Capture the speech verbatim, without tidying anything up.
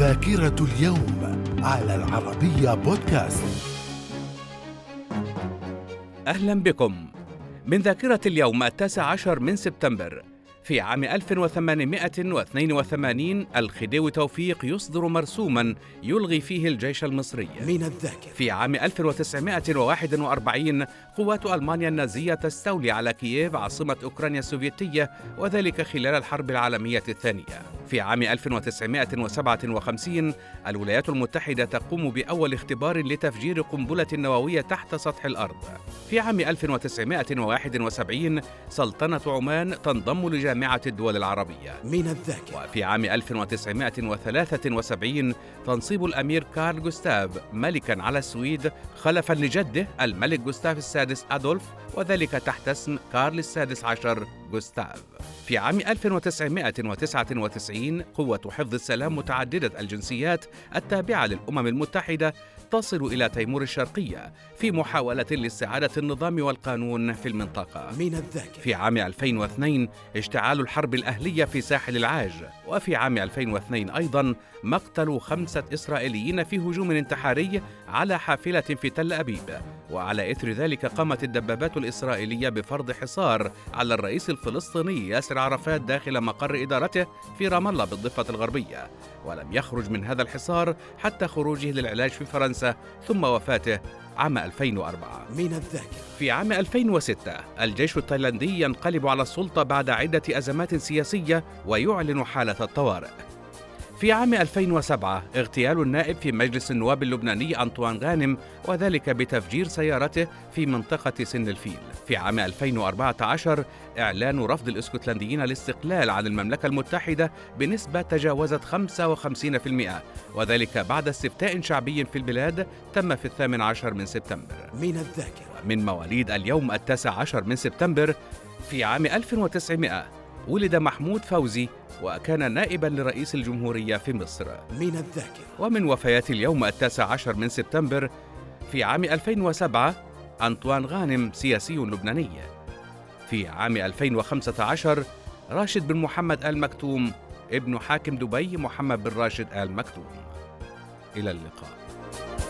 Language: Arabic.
ذاكرة اليوم على العربية بودكاست. أهلا بكم. من ذاكرة اليوم التاسع عشر من سبتمبر. في عام ألف وثمانمائة واثنين وثمانين الخديوي توفيق يصدر مرسوما يلغي فيه الجيش المصري. من الذاكرة. في عام ألف وتسعمائة وواحد وأربعين قوات ألمانيا النازية تستولي على كييف عاصمة أوكرانيا السوفيتية، وذلك خلال الحرب العالمية الثانية. في عام ألف وتسعمائة وسبعة وخمسين الولايات المتحدة تقوم بأول اختبار لتفجير قنبلة نووية تحت سطح الأرض. في عام ألف وتسعمائة وواحد وسبعين سلطنة عمان تنضم لجامعة الدول العربية. من الذاكرة. وفي عام ألف وتسعمائة وثلاثة وسبعين تنصيب الأمير كارل جوستاف ملكاً على السويد خلفاً لجده الملك جوستاف السادس أدولف، وذلك تحت اسم كارل السادس عشر جوستاف. في عام ألف وتسعمائة وتسعة وتسعين قوة حفظ السلام متعددة الجنسيات التابعة للأمم المتحدة تصل إلى تيمور الشرقية في محاولة لاستعادة النظام والقانون في المنطقة. من الذاكرة. في عام ألفين واثنين اشتعال الحرب الأهلية في ساحل العاج. وفي عام ألفين واثنين أيضا مقتل خمسة إسرائيليين في هجوم انتحاري على حافلة في تل أبيب. وعلى إثر ذلك قامت الدبابات الإسرائيلية بفرض حصار على الرئيس الفلسطيني ياسر عرفات داخل مقر إدارته في رام الله بالضفة الغربية، ولم يخرج من هذا الحصار حتى خروجه للعلاج في فرنسا ثم وفاته عام ألفين وأربعة. من الذاكرة. في عام ألفين وستة الجيش التايلاندي ينقلب على السلطة بعد عدة أزمات سياسية ويعلن حالة الطوارئ. في عام ألفين وسبعة اغتيال النائب في مجلس النواب اللبناني أنطوان غانم، وذلك بتفجير سيارته في منطقة سن الفيل. في عام ألفين وأربعة عشر إعلان رفض الإسكتلنديين الاستقلال عن المملكة المتحدة بنسبة تجاوزت خمسة وخمسين بالمئة، وذلك بعد استفتاء شعبي في البلاد تم في الثامن عشر من سبتمبر. من الذاكرة. من مواليد اليوم التاسع عشر من سبتمبر. في عام ألف وتسعمائة ولد محمود فوزي، وكان نائباً لرئيس الجمهورية في مصر. من الذاكرة. ومن وفيات اليوم التاسع عشر من سبتمبر. في عام ألفين وسبعة أنطوان غانم سياسي لبناني. في عام ألفين وخمسة عشر راشد بن محمد آل مكتوم ابن حاكم دبي محمد بن راشد آل مكتوم. إلى اللقاء.